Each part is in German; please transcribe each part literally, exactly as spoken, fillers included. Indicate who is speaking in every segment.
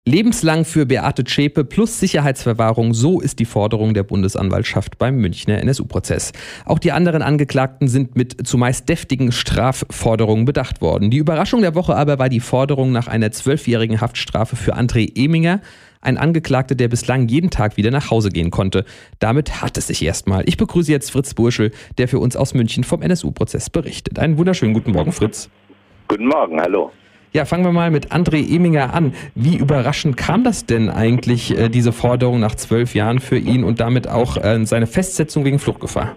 Speaker 1: Lebenslang für Beate Zschäpe plus Sicherheitsverwahrung, so ist die Forderung der Bundesanwaltschaft beim Münchner N S U-Prozess. Auch die anderen Angeklagten sind mit zumeist deftigen Strafforderungen bedacht worden. Die Überraschung der Woche aber war die Forderung nach einer zwölfjährigen Haftstrafe für André Eminger, ein Angeklagter, der bislang jeden Tag wieder nach Hause gehen konnte. Damit hat es sich erstmal. Ich begrüße jetzt Fritz Burschel, der für uns aus München vom N S U-Prozess berichtet. Einen wunderschönen guten Morgen, Fritz.
Speaker 2: Guten Morgen, hallo.
Speaker 1: Ja, fangen wir mal mit André Eminger an. Wie überraschend kam das denn eigentlich, äh, diese Forderung nach zwölf Jahren für ihn und damit auch äh, seine Festsetzung wegen Fluchtgefahr?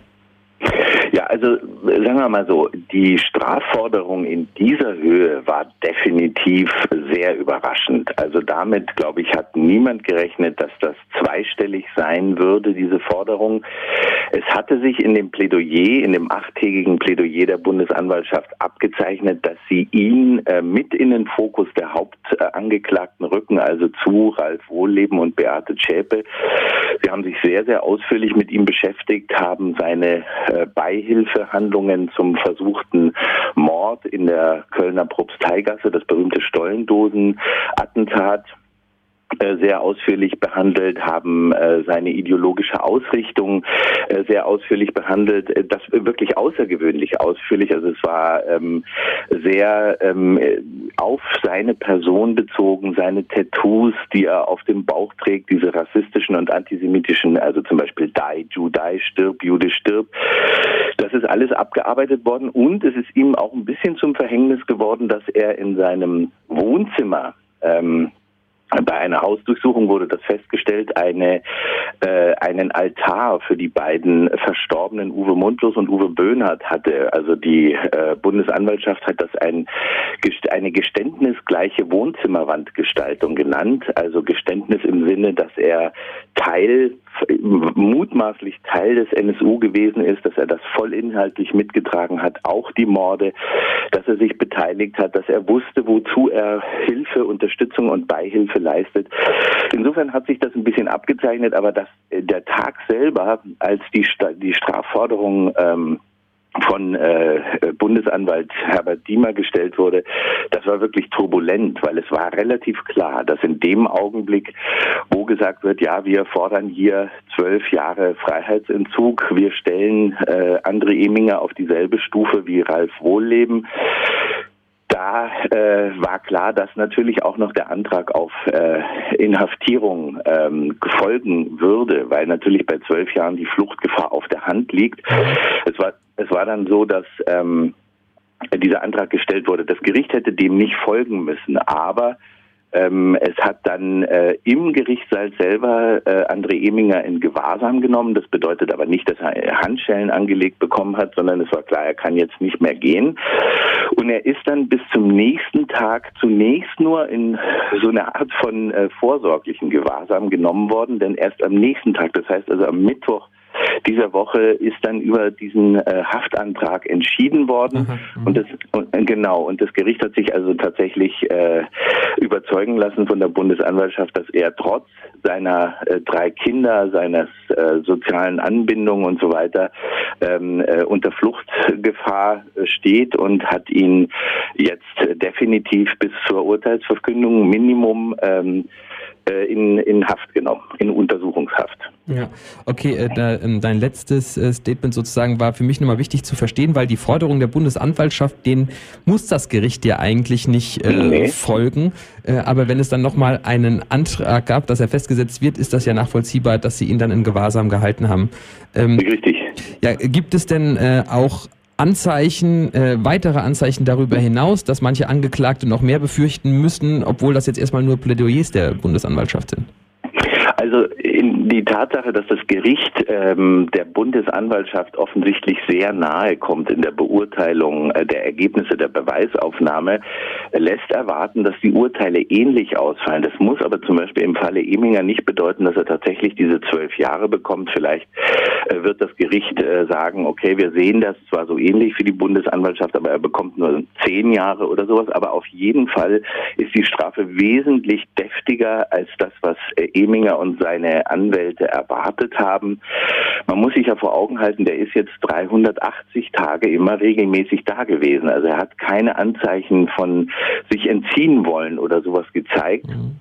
Speaker 2: Ja, also sagen wir mal so, die Strafforderung in dieser Höhe war definitiv sehr überraschend. Also damit, glaube ich, hat niemand gerechnet, dass das zweistellig sein würde, diese Forderung. Es hatte sich in dem Plädoyer, in dem achttägigen Plädoyer der Bundesanwaltschaft abgezeichnet, dass sie ihn äh, mit in den Fokus der Hauptangeklagten rücken, also zu Ralf Wohlleben und Beate Zschäpe. Sie haben sich sehr, sehr ausführlich mit ihm beschäftigt, haben seine äh, Beihilfehandlungen zum versuchten Mord in der Kölner Propsteigasse, das berühmte Stollendosen-Attentat, sehr ausführlich behandelt, haben äh, seine ideologische Ausrichtung äh, sehr ausführlich behandelt, das wirklich außergewöhnlich ausführlich, also es war ähm, sehr ähm, auf seine Person bezogen, seine Tattoos, die er auf dem Bauch trägt, diese rassistischen und antisemitischen, also zum Beispiel Die, Jew, Die, stirb, Jude, stirb, das ist alles abgearbeitet worden und es ist ihm auch ein bisschen zum Verhängnis geworden, dass er in seinem Wohnzimmer ähm, bei einer Hausdurchsuchung wurde das festgestellt, eine, äh, einen Altar für die beiden Verstorbenen Uwe Mundlos und Uwe Böhnhardt hatte. Also die äh, Bundesanwaltschaft hat das ein, eine geständnisgleiche Wohnzimmerwandgestaltung genannt. Also Geständnis im Sinne, dass er Teil, mutmaßlich Teil des N S U gewesen ist, dass er das vollinhaltlich mitgetragen hat, auch die Morde, dass er sich beteiligt hat, dass er wusste, wozu er Hilfe, Unterstützung und Beihilfe leistet. Insofern hat sich das ein bisschen abgezeichnet, aber dass der Tag selber, als die, die Strafforderung ähm, von äh, Bundesanwalt Herbert Diemer gestellt wurde, das war wirklich turbulent, weil es war relativ klar, dass in dem Augenblick, wo gesagt wird, ja, wir fordern hier zwölf Jahre Freiheitsentzug, wir stellen äh, André Eminger auf dieselbe Stufe wie Ralf Wohlleben, da äh, war klar, dass natürlich auch noch der Antrag auf äh, Inhaftierung ähm, folgen würde, weil natürlich bei zwölf Jahren die Fluchtgefahr auf der Hand liegt. Es war, es war dann so, dass ähm, dieser Antrag gestellt wurde. Das Gericht hätte dem nicht folgen müssen, aber Ähm, es hat dann äh, im Gerichtssaal selber äh, André Eminger in Gewahrsam genommen. Das bedeutet aber nicht, dass er Handschellen angelegt bekommen hat, sondern es war klar, er kann jetzt nicht mehr gehen. Und er ist dann bis zum nächsten Tag zunächst nur in so eine Art von äh, vorsorglichen Gewahrsam genommen worden, denn erst am nächsten Tag, das heißt also am Mittwoch dieser Woche, ist dann über diesen äh, Haftantrag entschieden worden. Mhm. Und das und, äh, genau und das Gericht hat sich also tatsächlich äh, überzeugen lassen von der Bundesanwaltschaft, dass er trotz seiner äh, drei Kinder, seines äh, sozialen Anbindung und so weiter ähm, äh, unter Fluchtgefahr äh, steht und hat ihn jetzt äh, definitiv bis zur Urteilsverkündung Minimum ähm, In, in Haft genommen, in Untersuchungshaft.
Speaker 1: Ja, okay, äh, da, ähm, dein letztes äh, Statement sozusagen war für mich nochmal wichtig zu verstehen, weil die Forderung der Bundesanwaltschaft, denen muss das Gericht ja eigentlich nicht äh, nee. folgen, äh, aber wenn es dann nochmal einen Antrag gab, dass er festgesetzt wird, ist das ja nachvollziehbar, dass sie ihn dann in Gewahrsam gehalten haben. Ähm,
Speaker 2: Richtig.
Speaker 1: Ja, gibt es denn äh, auch Anzeichen, äh, weitere Anzeichen darüber hinaus, dass manche Angeklagte noch mehr befürchten müssen, obwohl das jetzt erstmal nur Plädoyers der Bundesanwaltschaft sind?
Speaker 2: Also in die Tatsache, dass das Gericht ähm, der Bundesanwaltschaft offensichtlich sehr nahe kommt in der Beurteilung äh, der Ergebnisse der Beweisaufnahme, äh, lässt erwarten, dass die Urteile ähnlich ausfallen. Das muss aber zum Beispiel im Falle Eminger nicht bedeuten, dass er tatsächlich diese zwölf Jahre bekommt. Vielleicht äh, wird das Gericht äh, sagen, okay, wir sehen das zwar so ähnlich für die Bundesanwaltschaft, aber er bekommt nur zehn Jahre oder sowas. Aber auf jeden Fall ist die Strafe wesentlich deftiger als das, was äh, Eminger und seine Anwälte erwartet haben. Man muss sich ja vor Augen halten, der ist jetzt dreihundertachtzig Tage immer regelmäßig da gewesen. Also er hat keine Anzeichen von sich entziehen wollen oder sowas gezeigt. Mhm.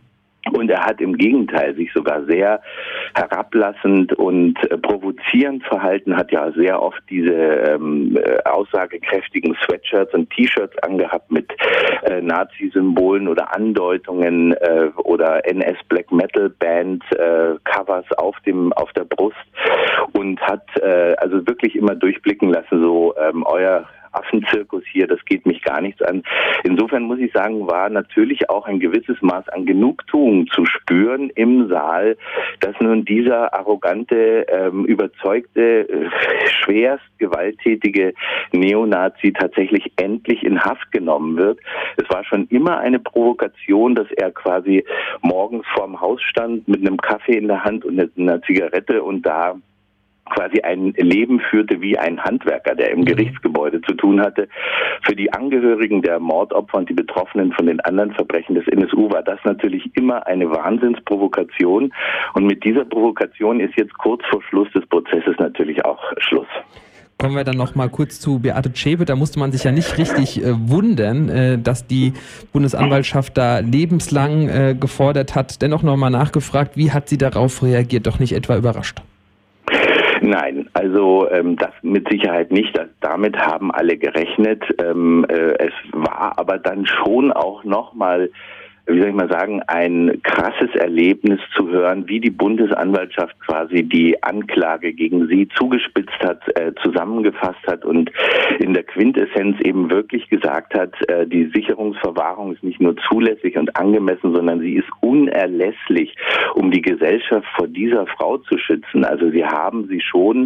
Speaker 2: Und er hat im Gegenteil sich sogar sehr herablassend und äh, provozierend verhalten, hat ja sehr oft diese ähm, äh, aussagekräftigen Sweatshirts und T-Shirts angehabt mit äh, Nazi-Symbolen oder Andeutungen äh, oder N S-Black Metal Band äh, Covers auf dem auf der Brust und hat äh, also wirklich immer durchblicken lassen, so ähm, euer Affenzirkus hier, das geht mich gar nichts an. Insofern muss ich sagen, war natürlich auch ein gewisses Maß an Genugtuung zu spüren im Saal, dass nun dieser arrogante, ähm, überzeugte, äh, schwerst gewalttätige Neonazi tatsächlich endlich in Haft genommen wird. Es war schon immer eine Provokation, dass er quasi morgens vorm Haus stand mit einem Kaffee in der Hand und einer Zigarette und da quasi ein Leben führte wie ein Handwerker, der im Gerichtsgebäude zu tun hatte. Für die Angehörigen der Mordopfer und die Betroffenen von den anderen Verbrechen des N S U war das natürlich immer eine Wahnsinnsprovokation. Und mit dieser Provokation ist jetzt kurz vor Schluss des Prozesses natürlich auch Schluss.
Speaker 1: Kommen wir dann noch mal kurz zu Beate Zschäpe. Da musste man sich ja nicht richtig äh, wundern, äh, dass die Bundesanwaltschaft da lebenslang äh, gefordert hat. Dennoch noch mal nachgefragt, wie hat sie darauf reagiert? Doch nicht etwa überrascht?
Speaker 2: Nein, also ähm, das mit Sicherheit nicht. Das, damit haben alle gerechnet. Ähm, äh, es war aber dann schon auch nochmal, wie soll ich mal sagen, ein krasses Erlebnis zu hören, wie die Bundesanwaltschaft quasi die Anklage gegen sie zugespitzt hat, äh, zusammengefasst hat und in der Quintessenz eben wirklich gesagt hat, äh, die Sicherungsverwahrung ist nicht nur zulässig und angemessen, sondern sie ist unerlässlich, um die Gesellschaft vor dieser Frau zu schützen. Also sie haben sie schon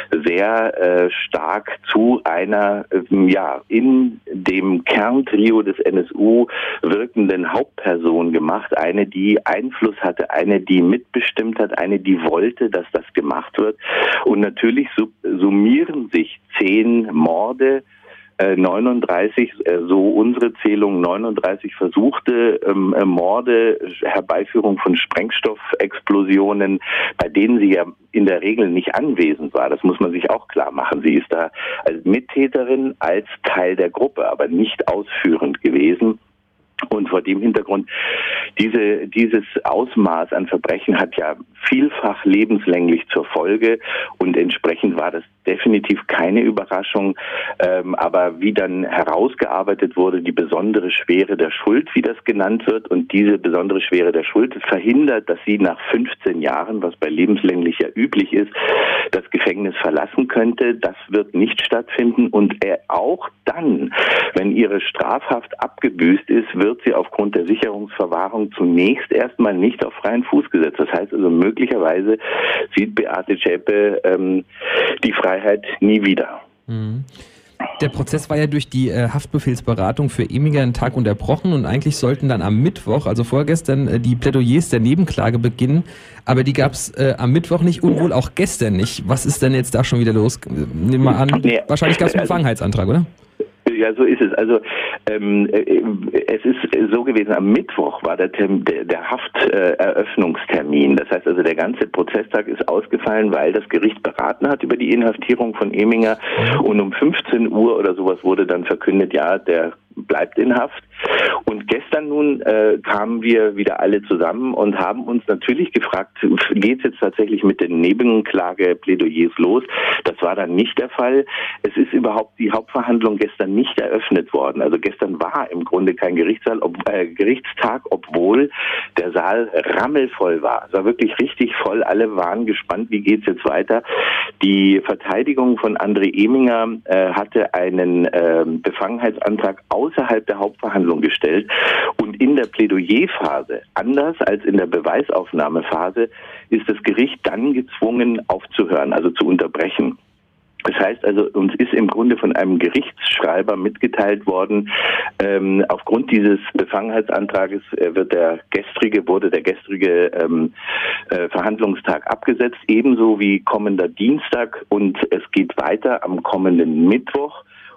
Speaker 2: sehr äh, stark zu einer, äh, ja, in dem Kerntrio des N S U wirkenden Haupt Person gemacht, eine, die Einfluss hatte, eine, die mitbestimmt hat, eine, die wollte, dass das gemacht wird. Und natürlich summieren sich zehn Morde, äh, neununddreißig, äh, so unsere Zählung, neununddreißig versuchte ähm, Morde, Herbeiführung von Sprengstoffexplosionen, bei denen sie ja in der Regel nicht anwesend war. Das muss man sich auch klar machen. Sie ist da als Mittäterin, als Teil der Gruppe, aber nicht ausführend gewesen. Und vor dem Hintergrund, diese, dieses Ausmaß an Verbrechen hat ja vielfach lebenslänglich zur Folge und entsprechend war das definitiv keine Überraschung. Ähm, aber wie dann herausgearbeitet wurde, die besondere Schwere der Schuld, wie das genannt wird, und diese besondere Schwere der Schuld verhindert, dass sie nach fünfzehn Jahren, was bei lebenslänglich ja üblich ist, das Gefängnis verlassen könnte. Das wird nicht stattfinden und er auch dann, wenn ihre Strafhaft abgebüßt ist, wird sie aufgrund der Sicherungsverwahrung zunächst erstmal nicht auf freien Fuß gesetzt. Das heißt also, möglicherweise sieht Beate Zschäpe ähm, die Freiheit nie wieder.
Speaker 1: Mhm. Der Prozess war ja durch die äh, Haftbefehlsberatung für Eminger einen Tag unterbrochen und eigentlich sollten dann am Mittwoch, also vorgestern, äh, die Plädoyers der Nebenklage beginnen, aber die gab es äh, am Mittwoch nicht und wohl auch gestern nicht. Was ist denn jetzt da schon wieder los? Nimm mal an, nee, wahrscheinlich gab es einen Befangenheitsantrag, oder?
Speaker 2: Ja, so ist es. Also ähm, es ist so gewesen, am Mittwoch war der, Term, der, der Hafteröffnungstermin. Das heißt also, der ganze Prozesstag ist ausgefallen, weil das Gericht beraten hat über die Inhaftierung von Eminger und um fünfzehn Uhr oder sowas wurde dann verkündet, ja, der bleibt in Haft. Und gestern nun äh, kamen wir wieder alle zusammen und haben uns natürlich gefragt, geht es jetzt tatsächlich mit den Nebenklage-Plädoyers los? Das war dann nicht der Fall. Es ist überhaupt die Hauptverhandlung gestern nicht eröffnet worden. Also gestern war im Grunde kein Gerichtssaal, ob, äh, Gerichtstag, obwohl der Saal rammelvoll war. Es war wirklich richtig voll. Alle waren gespannt, wie geht's jetzt weiter. Die Verteidigung von André Eminger äh, hatte einen äh, Befangenheitsantrag außerhalb der Hauptverhandlung gestellt und in der Plädoyerphase, anders als in der Beweisaufnahmephase, ist das Gericht dann gezwungen aufzuhören, also zu unterbrechen. Das heißt also, uns ist im Grunde von einem Gerichtsschreiber mitgeteilt worden, ähm, aufgrund dieses Befangenheitsantrages äh, wird der gestrige, wurde der gestrige ähm, äh, Verhandlungstag abgesetzt, ebenso wie kommender Dienstag, und es geht weiter am kommenden Mittwoch.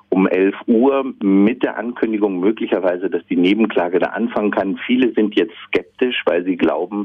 Speaker 2: um elf Uhr mit der Ankündigung möglicherweise, dass die Nebenklage da anfangen kann. Viele sind jetzt skeptisch, weil sie glauben,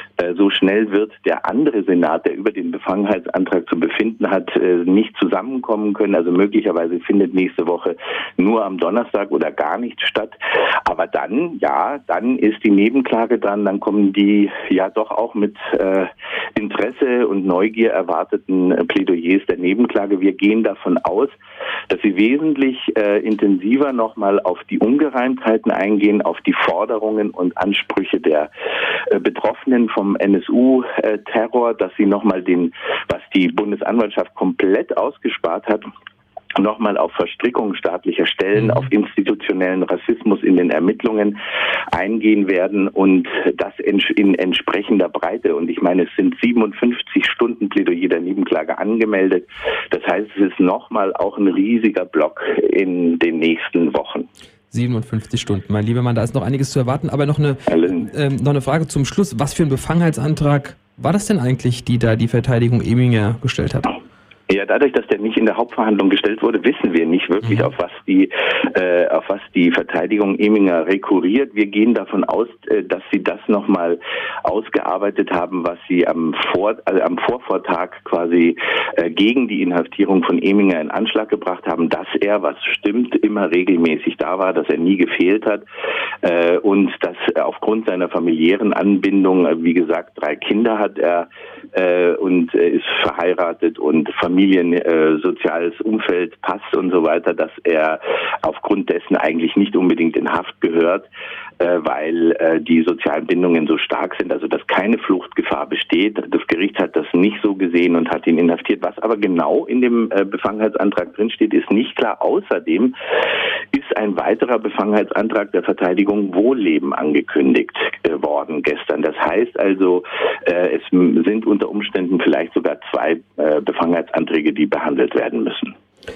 Speaker 2: so schnell wird der andere Senat, der über den Befangenheitsantrag zu befinden hat, nicht zusammenkommen können. Also möglicherweise findet nächste Woche nur am Donnerstag oder gar nicht statt. Aber dann, ja, dann ist die Nebenklage dran, dann kommen die ja doch auch mit äh, Interesse und Neugier erwarteten äh, Plädoyers der Nebenklage. Wir gehen davon aus, dass sie wesentlich äh, intensiver nochmal auf die Ungereimtheiten eingehen, auf die Forderungen und Ansprüche der äh, Betroffenen vom N S U-Terror, dass sie nochmal den, was die Bundesanwaltschaft komplett ausgespart hat, nochmal auf Verstrickung staatlicher Stellen, mhm. auf institutionellen Rassismus in den Ermittlungen eingehen werden und das in entsprechender Breite. Und ich meine, es sind siebenundfünfzig Stunden Plädoyer der Nebenklage angemeldet. Das heißt, es ist nochmal auch ein riesiger Block in den nächsten Wochen.
Speaker 1: siebenundfünfzig Stunden, mein lieber Mann, da ist noch einiges zu erwarten. Aber noch eine, ähm, noch eine Frage zum Schluss. Was für ein Befangenheitsantrag war das denn eigentlich, die da die Verteidigung Eminger gestellt hat?
Speaker 2: Ja, dadurch, dass der nicht in der Hauptverhandlung gestellt wurde, wissen wir nicht wirklich, mhm. auf was die, äh, auf was die Verteidigung Eminger rekurriert. Wir gehen davon aus, äh, dass sie das nochmal ausgearbeitet haben, was sie am Vor, also am Vorvortag quasi äh, gegen die Inhaftierung von Eminger in Anschlag gebracht haben, dass er, was stimmt, immer regelmäßig da war, dass er nie gefehlt hat äh, und dass äh, aufgrund seiner familiären Anbindung, äh, wie gesagt, drei Kinder hat er äh, und äh, ist verheiratet und Familie Familien, äh, soziales Umfeld passt und so weiter, dass er aufgrund dessen eigentlich nicht unbedingt in Haft gehört, äh, weil äh, die sozialen Bindungen so stark sind, also dass keine Fluchtgefahr besteht. Das Gericht hat das nicht so gesehen und hat ihn inhaftiert. Was aber genau in dem äh, Befangenheitsantrag drinsteht, ist nicht klar. Außerdem ist ein weiterer Befangenheitsantrag der Verteidigung Wohlleben angekündigt äh, worden gestern. Das heißt also, äh, es sind unter Umständen vielleicht sogar zwei äh, Befangenheitsanträge, die behandelt werden müssen.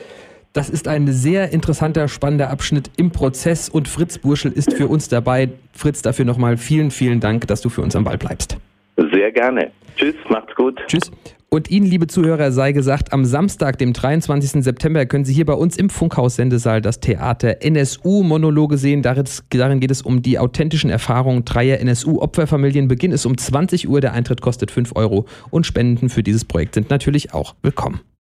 Speaker 1: Das ist ein sehr interessanter, spannender Abschnitt im Prozess und Fritz Burschel ist für uns dabei. Fritz, dafür nochmal vielen, vielen Dank, dass du für uns am Ball bleibst.
Speaker 2: Sehr gerne. Tschüss, macht's gut.
Speaker 1: Tschüss. Und Ihnen, liebe Zuhörer, sei gesagt, am Samstag, dem dreiundzwanzigsten September, können Sie hier bei uns im Funkhaus-Sendesaal das Theater N S U-Monologe sehen. Darin geht es um die authentischen Erfahrungen dreier N S U-Opferfamilien. Beginn ist um zwanzig Uhr, der Eintritt kostet fünf Euro und Spenden für dieses Projekt sind natürlich auch willkommen.